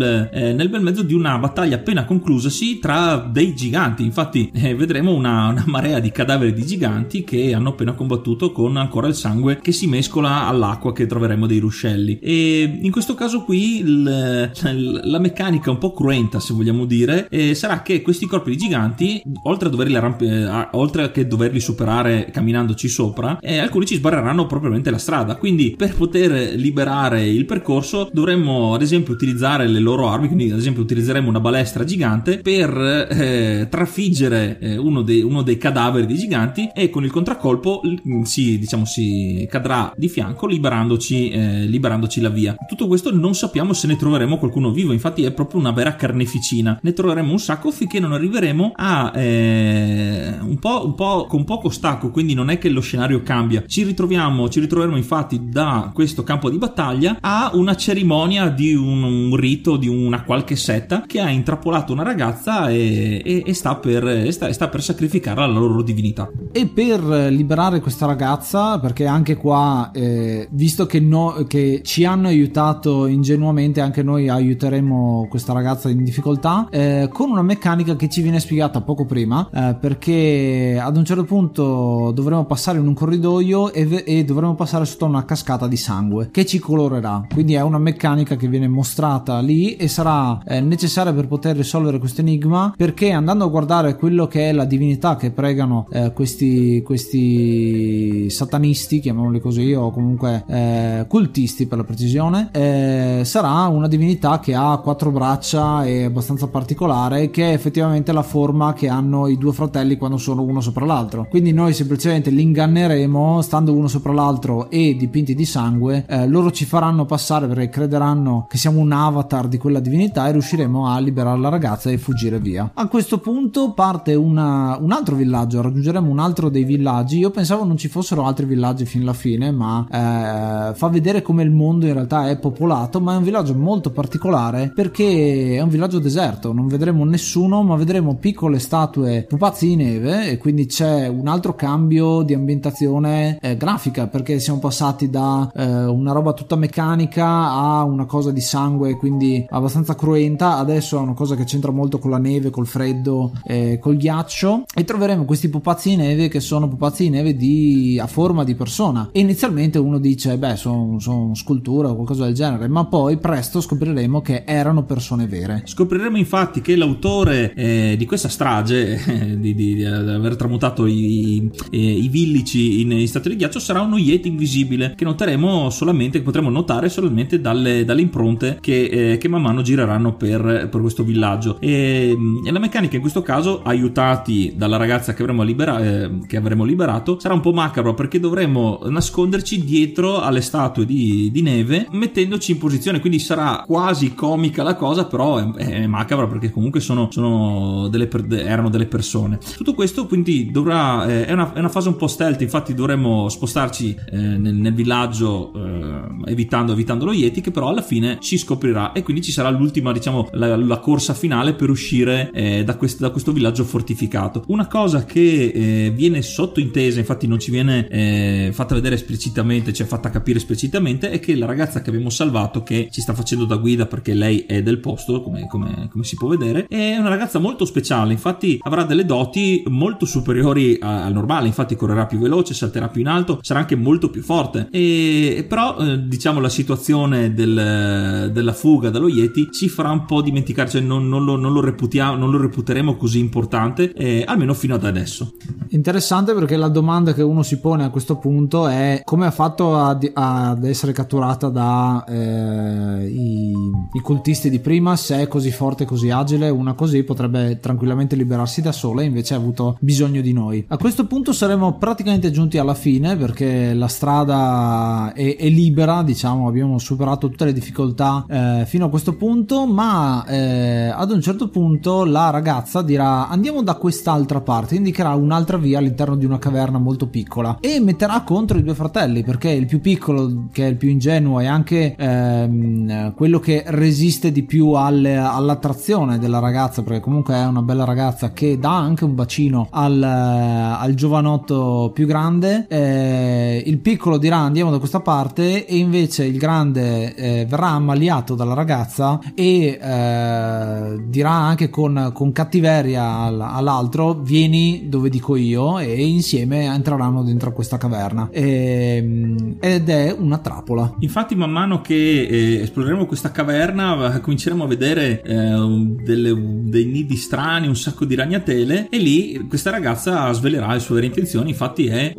nel, eh, nel bel mezzo di una battaglia appena conclusasi tra dei giganti. Infatti eh, vedremo una, una marea di cadaveri di giganti che hanno appena combattuto, con ancora il sangue che si mescola all'acqua che troveremo dei ruscelli. E in questo caso qui il, la meccanica un po' cruenta, se vogliamo dire, eh, sarà che questi corpi di giganti, oltre a doverli ramp- eh, oltre a che doverli superare camminandoci sopra, eh, alcuni ci sbarreranno propriamente la strada. Quindi per poter liberare il percorso dovremmo ad esempio utilizzare le loro armi. Quindi ad esempio utilizzeremo una balestra gigante per eh, trafiggere eh, uno, dei, uno dei cadaveri di giganti, e con il contraccolpo si, diciamo, si cadrà di fianco, liberandoci, eh, liberandoci la via. Tutto questo non sappiamo se ne troveremo qualcuno vivo, infatti è proprio una vera carneficina. Ne troveremo un sacco finché non arriveremo a eh, un po', un po' con poco stacco, quindi non è che lo scenario cambia. Ci ritroviamo, ci ritroveremo infatti da questo campo di battaglia a una cerimonia di un, un rito di una qualche setta che ha intrappolato una ragazza e, e, e sta per e sta, sta per sacrificarla alla loro divinità. E per liberare questa ragazza, perché anche qua eh, visto che, no, che ci hanno aiutato ingenuamente, anche noi aiuteremo questa ragazza in difficoltà eh, con una meccanica che ci viene spiegata poco prima, eh, perché ad un certo punto dovremo passare in un corridoio e, e dovremo passare sotto una cascata di sangue che ci colorerà. Quindi è una meccanica che viene mostrata lì e sarà eh, necessaria per poter risolvere questo enigma, perché andando a guardare quello che è la divinità che pregano eh, questi, questi satanisti, chiamiamoli così, o comunque eh, cultisti per la precisione, eh, sarà una divinità che ha quattro braccia e abbastanza particolare, che è effettivamente la forma che hanno i due fratelli quando sono uno sopra l'altro. Quindi noi semplicemente li inganneremo stando uno sopra l'altro e dipinti di sangue. Eh, loro ci faranno passare perché crederanno che siamo un avatar di quella divinità e riusciremo a liberare la ragazza e fuggire via. A questo punto parte una, un altro villaggio, raggiungeremo un altro dei villaggi. Io pensavo non ci fossero altri villaggi fino alla fine, ma eh, fa vedere come il mondo in realtà è popolato, ma è un villaggio molto particolare perché è un villaggio deserto. Non vedremo nessuno, ma vedremo piccole statue pupazzi di neve, e quindi c'è un altro cambio di ambientazione eh, grafica, perché siamo passati da eh, una roba tutta meccanica a una cosa di sangue, quindi abbastanza cruenta, adesso è una cosa che c'entra molto con la neve, col freddo, eh, col ghiaccio, e troveremo questi pupazzi di neve che sono pupazzi di neve di, a forma di persona. E inizialmente uno dice beh sono, sono sculture o qualcosa del genere, ma poi presto scopriremo che erano persone vere. Scopriremo infatti che l'autore eh, di questa strage eh, di, di, di aver tramutato i, i, i villici in, in stato di ghiaccio sarà uno Yeti invisibile che noteremo solamente, che potremo notare solamente dalle, dalle impronte che, eh, che man mano gireranno per, per questo villaggio. E, e la meccanica in questo caso, aiutati dalla ragazza che avremo, libera- eh, che avremo liberato, sarà un po' macabro, perché dovremo nasconderci dietro alle statue di, di neve mettendoci in posizione, quindi sarà quasi comica la cosa, però è, è macabra perché comunque sono, sono delle per, erano delle persone. Tutto questo quindi dovrà eh, è, una, è una fase un po' stealth, infatti dovremo spostarci eh, nel, nel villaggio eh, evitando, evitando lo Yeti, che però alla fine si scoprirà, e quindi ci sarà l'ultima, diciamo, la, la corsa finale per uscire eh, da, quest, da questo villaggio fortificato. Una cosa che eh, viene sottointesa, infatti non ci viene eh, fatta vedere esplicitamente, cioè fatta capire esplicitamente, è che la ragazza che abbiamo salvato, che ci sta facendo da guida perché lei è del posto, come, come, come si può vedere, è una ragazza molto speciale, infatti avrà delle doti molto superiori a, al normale, infatti correrà più veloce, salterà più in alto, sarà anche molto più forte, e però eh, diciamo la situazione del, della fuga dallo Yeti ci farà un po' dimenticare, cioè non, non, lo, non lo reputiamo, non lo reputeremo così importante, eh, almeno fino ad adesso. Interessante, perché la domanda che uno si pone a questo punto è come ha fatto ad, ad essere catturata da eh, i, i cultisti di prima, se è così forte, così agile. Una così potrebbe tranquillamente liberarsi da sola, invece ha avuto bisogno di noi. A questo punto saremo praticamente giunti alla fine, perché la strada è, è libera, diciamo, abbiamo superato tutte le difficoltà eh, fino a questo punto, ma eh, ad un certo punto la ragazza dirà andiamo da quest'altra parte, indicherà un'altra via all'interno di una caverna molto piccola e metterà contro i due fratelli, perché il più piccolo, che è il più ingenuo, è anche ehm, quello che resiste di più alle, all'attrazione della ragazza, perché comunque è una bella ragazza che dà anche un bacino al, al giovanotto più grande. Eh, il piccolo dirà andiamo da questa parte, e invece il grande eh, verrà ammaliato dalla ragazza ragazza e eh, dirà anche con, con cattiveria all'altro: vieni dove dico io, e insieme entreranno dentro questa caverna, e, ed è una trappola. Infatti man mano che eh, esploreremo questa caverna cominceremo a vedere eh, delle, dei nidi strani, un sacco di ragnatele, e lì questa ragazza svelerà le sue vere intenzioni. Infatti è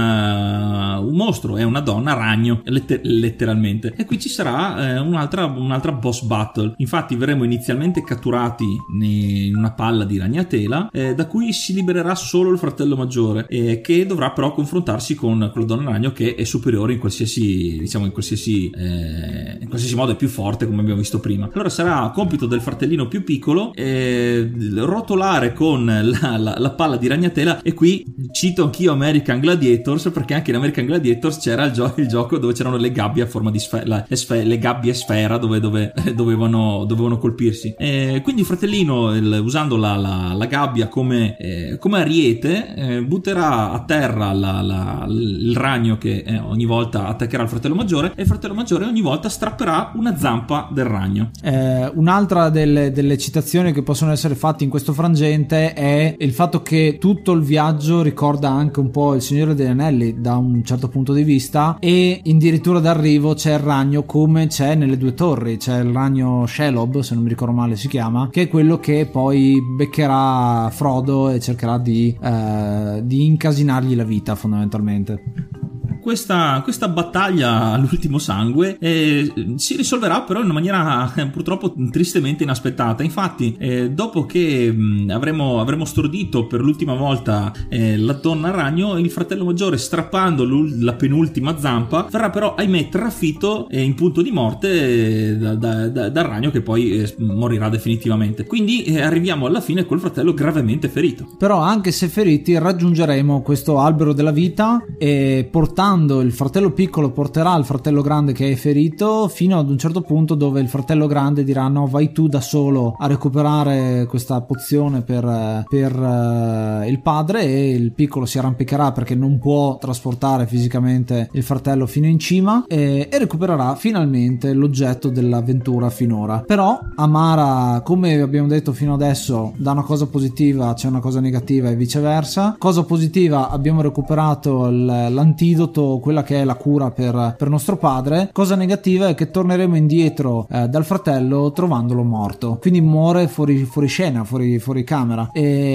una, un mostro, è una donna ragno letter- letteralmente, e qui ci sarà eh, un'altra, un'altra boss battle. Infatti verremo inizialmente catturati in una palla di ragnatela eh, da cui si libererà solo il fratello maggiore, eh, che dovrà però confrontarsi con, con la donna ragno, che è superiore in qualsiasi, diciamo in qualsiasi eh, in qualsiasi modo, è più forte, come abbiamo visto prima. Allora sarà compito del fratellino più piccolo eh, rotolare con la, la, la palla di ragnatela, e qui cito anch'io American Gladiators, perché anche in American Gladiators c'era il, gio- il gioco dove c'erano le gabbie a forma di sfera, le, sfe- le gabbie sfera dove, dove eh, dovevano, dovevano colpirsi. E quindi il fratellino, il, usando la, la, la gabbia come, eh, come ariete, eh, butterà a terra la, la, il ragno che eh, ogni volta attaccherà il fratello maggiore, e il fratello maggiore ogni volta strapperà una zampa del ragno. Eh, un'altra delle, delle citazioni che possono essere fatte in questo frangente è il fatto che tutto il viaggio ricorda anche un po' il Signore degli Anelli da un certo punto di vista, e addirittura d'arrivo c'è il ragno come c'è nelle Due Torri, c'è il ragno Shelob, se non mi ricordo male si chiama, che è quello che poi beccherà Frodo e cercherà di, eh, di incasinargli la vita fondamentalmente. Questa, questa battaglia all'ultimo sangue eh, si risolverà però in una maniera eh, purtroppo tristemente inaspettata. Infatti eh, dopo che mh, avremo, avremo stordito per l'ultima volta eh, la donna ragno, il fratello maggiore, strappando la penultima zampa, verrà però ahimè trafitto eh, in punto di morte eh, da, da, da, dal ragno, che poi eh, morirà definitivamente. Quindi eh, arriviamo alla fine col fratello gravemente ferito. Però anche se feriti raggiungeremo questo albero della vita, e portando il fratello piccolo porterà il fratello grande che è ferito fino ad un certo punto dove il fratello grande dirà: no, vai tu da solo a recuperare questa pozione per, per uh, il padre, e il piccolo si arrampicherà perché non può trasportare fisicamente il fratello fino in cima, e, e recupererà finalmente l'oggetto dell'avventura finora. Però Amara, come abbiamo detto fino adesso, da una cosa positiva c'è una cosa negativa e viceversa. Cosa positiva: abbiamo recuperato l- l'antidoto, quella che è la cura per, per nostro padre. Cosa negativa è che torneremo indietro eh, dal fratello trovandolo morto, quindi muore fuori, fuori scena, fuori, fuori camera,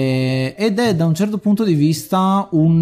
e, ed è da un certo punto di vista un,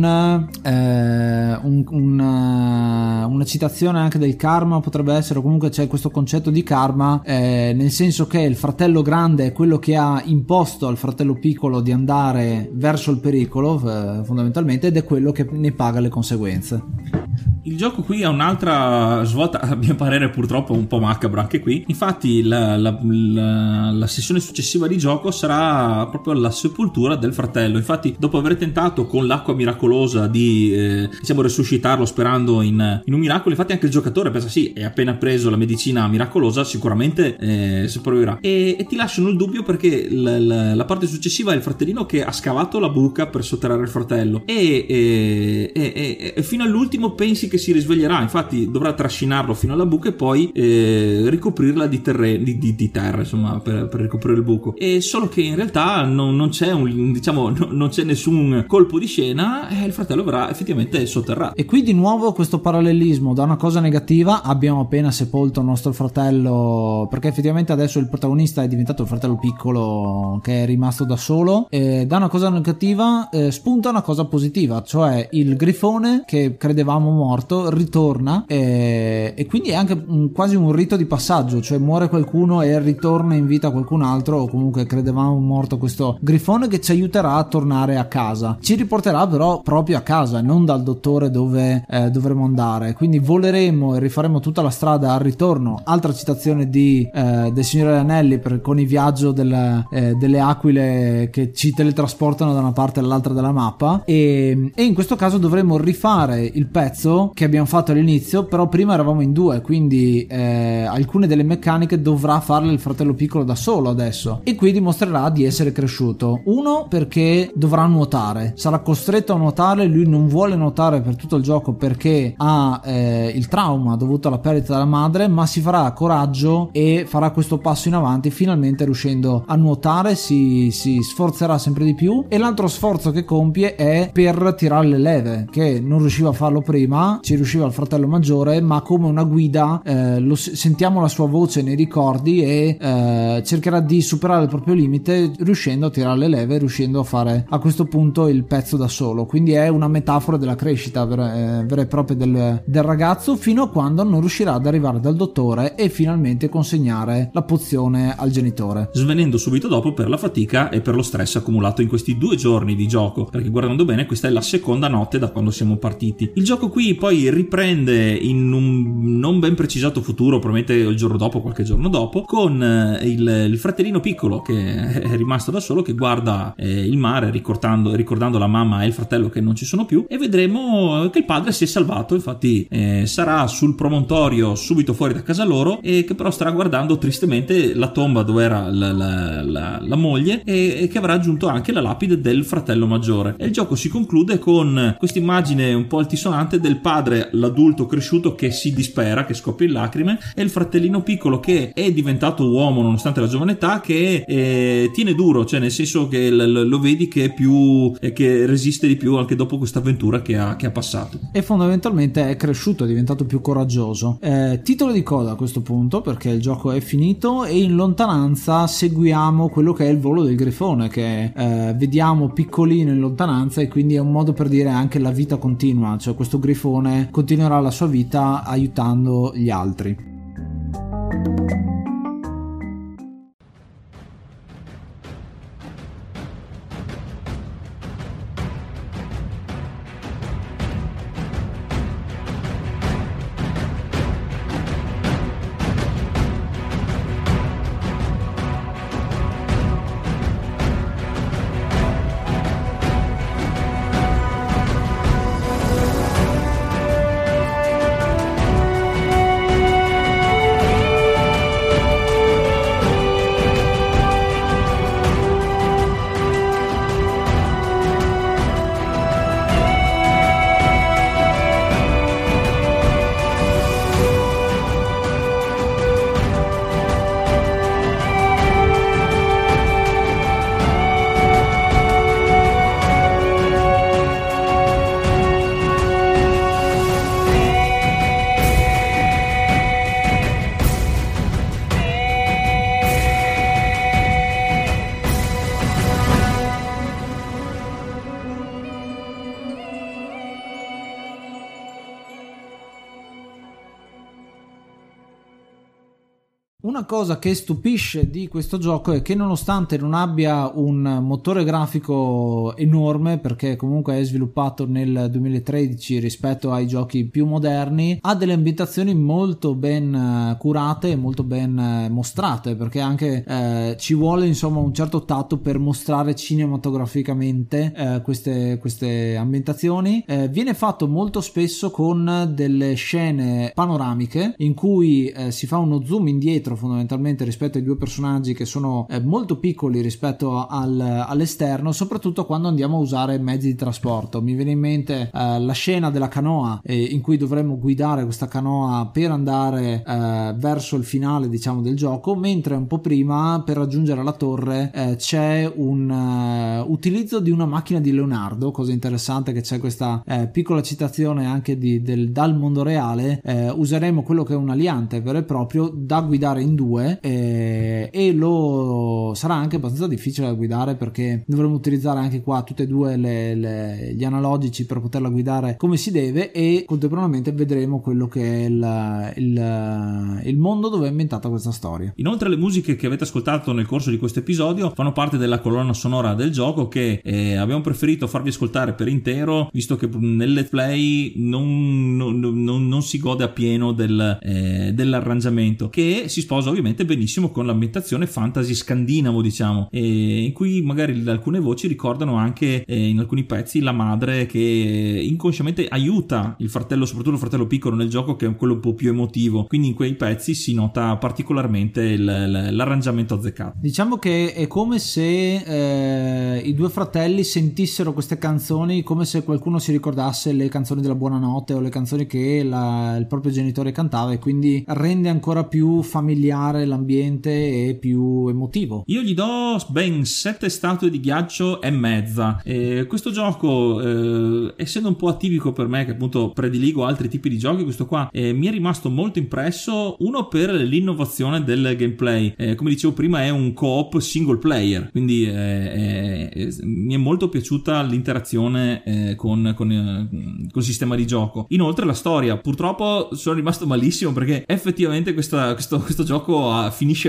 eh, un, un, una citazione anche del karma, potrebbe essere, o comunque c'è questo concetto di karma, eh, nel senso che il fratello grande è quello che ha imposto al fratello piccolo di andare verso il pericolo eh, fondamentalmente, ed è quello che ne paga le conseguenze. Il gioco qui ha un'altra svolta, a mio parere purtroppo un po' macabra anche qui. Infatti la, la, la, la sessione successiva di gioco sarà proprio la sepoltura del fratello. Infatti dopo aver tentato con l'acqua miracolosa di eh, diciamo resuscitarlo sperando in, in un miracolo, infatti anche il giocatore pensa: sì, è appena preso la medicina miracolosa, sicuramente eh, sopravviverà, e, e ti lasciano il dubbio perché la, la, la parte successiva è il fratellino che ha scavato la buca per sotterrare il fratello, e, e, e, e fino all'ultimo pensi che si risveglierà. Infatti dovrà trascinarlo fino alla buca e poi eh, ricoprirla di, terre, di, di, di terra, insomma, per, per ricoprire il buco. E solo che in realtà non, non c'è un, diciamo no, non c'è nessun colpo di scena, e il fratello verrà effettivamente sotterrato. E qui di nuovo questo parallelismo: da una cosa negativa abbiamo appena sepolto il nostro fratello, perché effettivamente adesso il protagonista è diventato il fratello piccolo che è rimasto da solo, e da una cosa negativa eh, spunta una cosa positiva, cioè il grifone che credevamo morto ritorna, e, e quindi è anche un, quasi un rito di passaggio, cioè muore qualcuno e ritorna in vita qualcun altro, o comunque credevamo morto questo grifone, che ci aiuterà a tornare a casa, ci riporterà però proprio a casa, non dal dottore dove eh, dovremo andare. Quindi voleremo e rifaremo tutta la strada al ritorno. Altra citazione di eh, del Signore degli Anelli, per, con il viaggio del, eh, delle aquile che ci teletrasportano da una parte all'altra della mappa, e, e in questo caso dovremo rifare il pezzo che abbiamo fatto all'inizio, però prima eravamo in due, quindi eh, alcune delle meccaniche dovrà farle il fratello piccolo da solo adesso, e qui dimostrerà di essere cresciuto. Uno, perché dovrà nuotare, sarà costretto a nuotare, lui non vuole nuotare per tutto il gioco perché ha eh, il trauma dovuto alla perdita della madre, ma si farà coraggio e farà questo passo in avanti, finalmente riuscendo a nuotare, si, si sforzerà sempre di più. E l'altro sforzo che compie è per tirare le leve, che non riusciva a farlo prima, ci riusciva il fratello maggiore, ma come una guida eh, lo, sentiamo la sua voce nei ricordi e eh, cercherà di superare il proprio limite riuscendo a tirare le leve, riuscendo a fare a questo punto il pezzo da solo. Quindi è una metafora della crescita vera, eh, vera e propria del, del ragazzo, fino a quando non riuscirà ad arrivare dal dottore e finalmente consegnare la pozione al genitore, svenendo subito dopo per la fatica e per lo stress accumulato in questi due giorni di gioco, perché guardando bene questa è la seconda notte da quando siamo partiti. Il gioco qui poi riprende in un non ben precisato futuro, probabilmente il giorno dopo, qualche giorno dopo, con il, il fratellino piccolo che è rimasto da solo, che guarda eh, il mare ricordando, ricordando la mamma e il fratello che non ci sono più, e vedremo che il padre si è salvato. Infatti eh, sarà sul promontorio subito fuori da casa loro, e che però starà guardando tristemente la tomba dove era la, la, la, la moglie, e, e che avrà aggiunto anche la lapide del fratello maggiore. E il gioco si conclude con questa immagine un po' altisonante del padre, l'adulto cresciuto, che si dispera, che scoppia in lacrime, e il fratellino piccolo che è diventato uomo nonostante la giovane età, che eh, tiene duro, cioè nel senso che l- lo vedi che è più eh, che resiste di più anche dopo questa avventura che ha, che ha passato, e fondamentalmente è cresciuto, è diventato più coraggioso. Eh, titolo di coda a questo punto, perché il gioco è finito, e in lontananza seguiamo quello che è il volo del grifone, che eh, vediamo piccolino in lontananza, e quindi è un modo per dire anche la vita continua, cioè questo grifone continuerà la sua vita aiutando gli altri. Una cosa che stupisce di questo gioco è che, nonostante non abbia un motore grafico enorme, perché comunque è sviluppato nel duemilatredici rispetto ai giochi più moderni, ha delle ambientazioni molto ben curate e molto ben mostrate, perché anche eh, ci vuole insomma un certo tatto per mostrare cinematograficamente eh, queste, queste ambientazioni. Eh, viene fatto molto spesso con delle scene panoramiche in cui eh, si fa uno zoom indietro fondamentalmente rispetto ai due personaggi, che sono eh, molto piccoli rispetto al, all'esterno, soprattutto quando andiamo a usare mezzi di trasporto. Mi viene in mente eh, la scena della canoa eh, in cui dovremmo guidare questa canoa per andare eh, verso il finale, diciamo, del gioco, mentre un po' prima, per raggiungere la torre, eh, c'è un uh, utilizzo di una macchina di Leonardo. Cosa interessante che c'è questa eh, piccola citazione anche di, del, dal mondo reale. Eh, useremo quello che è un aliante vero e proprio da guidare in due, eh, e lo sarà anche abbastanza difficile da guidare, perché dovremo utilizzare anche qua tutte e due le, le, gli analogici per poterla guidare come si deve, e contemporaneamente vedremo quello che è il, il, il mondo dove è ambientata questa storia. Inoltre le musiche che avete ascoltato nel corso di questo episodio fanno parte della colonna sonora del gioco, che eh, abbiamo preferito farvi ascoltare per intero, visto che nel let's play non, non, non, non si gode appieno del, eh, dell'arrangiamento, che si sposa ovviamente benissimo con l'ambientazione fantasy scandinavo, diciamo, e in cui magari alcune voci ricordano anche eh, in alcuni pezzi la madre che inconsciamente aiuta il fratello, soprattutto il fratello piccolo nel gioco, che è quello un po' più emotivo, quindi in quei pezzi si nota particolarmente il, il, l'arrangiamento azzeccato. Diciamo che è come se eh, i due fratelli sentissero queste canzoni come se qualcuno si ricordasse le canzoni della buonanotte o le canzoni che la, il proprio genitore cantava, e quindi rende ancora più familiare l'ambiente e più emotivo. Io gli do ben sette statue di ghiaccio e mezza. E questo gioco, eh, essendo un po' atipico per me, che appunto prediligo altri tipi di giochi, questo qua eh, mi è rimasto molto impresso. Uno per l'innovazione del gameplay, eh, come dicevo prima è un co-op single player, quindi eh, eh, mi è molto piaciuta l'interazione eh, con, con, eh, con il sistema di gioco. Inoltre la storia, purtroppo sono rimasto malissimo perché effettivamente questa, questo, questo gioco ah, finisce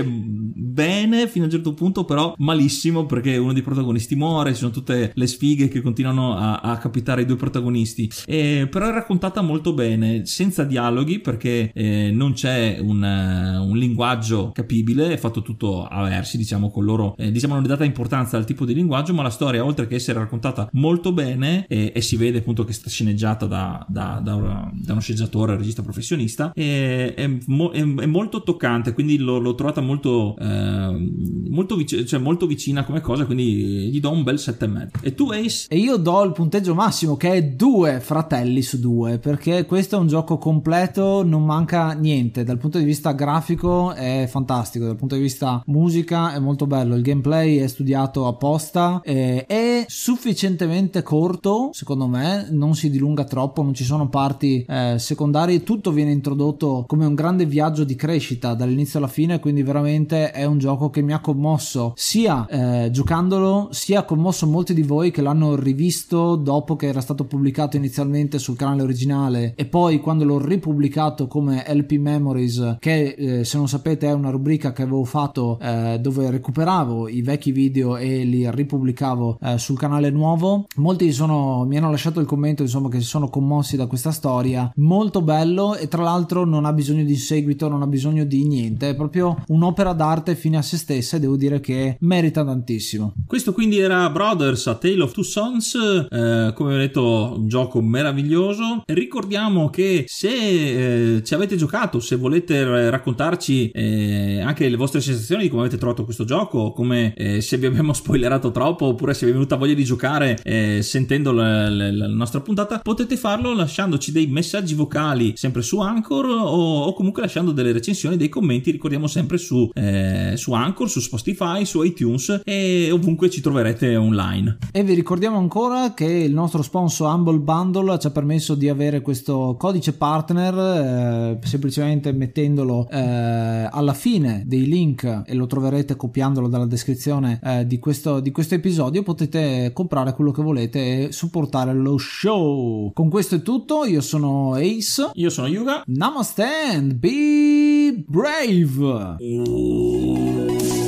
bene fino a un certo punto, però malissimo, perché uno dei protagonisti muore, ci sono tutte le sfighe che continuano a, a capitare ai due protagonisti, e, però è raccontata molto bene, senza dialoghi, perché eh, non c'è un, uh, un linguaggio capibile, è fatto tutto a versi, diciamo, con loro eh, diciamo non è data importanza al tipo di linguaggio, ma la storia, oltre che essere raccontata molto bene, eh, e si vede appunto che sta sceneggiata da, da, da, da uno sceneggiatore, regista professionista, è, è, mo, è, è molto toccante, quindi l'ho, l'ho trovata molto eh, molto, vic- cioè molto vicina come cosa, quindi gli do un bel sette e mezzo. E tu, Ace? E io do il punteggio massimo, che è due fratelli su due, perché questo è un gioco completo, non manca niente. Dal punto di vista grafico è fantastico, dal punto di vista musica è molto bello, il gameplay è studiato apposta, eh, è sufficientemente corto, secondo me, non si dilunga troppo, non ci sono parti eh, secondarie, tutto viene introdotto come un grande viaggio di crescita dall'inizio alla fine, quindi veramente è un gioco che mi ha commosso sia eh, giocandolo, sia commosso molti di voi che l'hanno rivisto dopo che era stato pubblicato inizialmente sul canale originale, e poi quando l'ho ripubblicato come L P Memories, che eh, se non sapete è una rubrica che avevo fatto eh, dove recuperavo i vecchi video e li ripubblicavo eh, sul canale nuovo. Molti sono, mi hanno lasciato il commento, insomma, che si sono commossi da questa storia, molto bello, e tra l'altro non ha bisogno di seguito, non ha bisogno di niente, è proprio un'opera d'arte fine a se stessa, e devo dire che merita tantissimo. Questo quindi era Brothers, A Tale of Two Sons, eh, come ho detto, un gioco meraviglioso. Ricordiamo che se eh, ci avete giocato, se volete raccontarci eh, anche le vostre sensazioni di come avete trovato questo gioco, come eh, se vi abbiamo spoilerato troppo, oppure se vi è venuta voglia di giocare eh, sentendo la, la, la nostra puntata, potete farlo lasciandoci dei messaggi vocali sempre su Anchor, o, o comunque lasciando delle recensioni, dei commenti, ricordiamo sempre su, eh, su Anchor, su Spotify, su iTunes, e ovunque ci troverete online. E vi ricordiamo ancora che il nostro sponsor Humble Bundle ci ha permesso di avere questo codice partner, eh, semplicemente mettendolo eh, alla fine dei link, e lo troverete copiandolo dalla descrizione eh, di questo di questo episodio. Potete comprare quello che volete e supportare lo show. Con questo è tutto, io sono Ace, io sono Yuga, namaste and be brave. uh...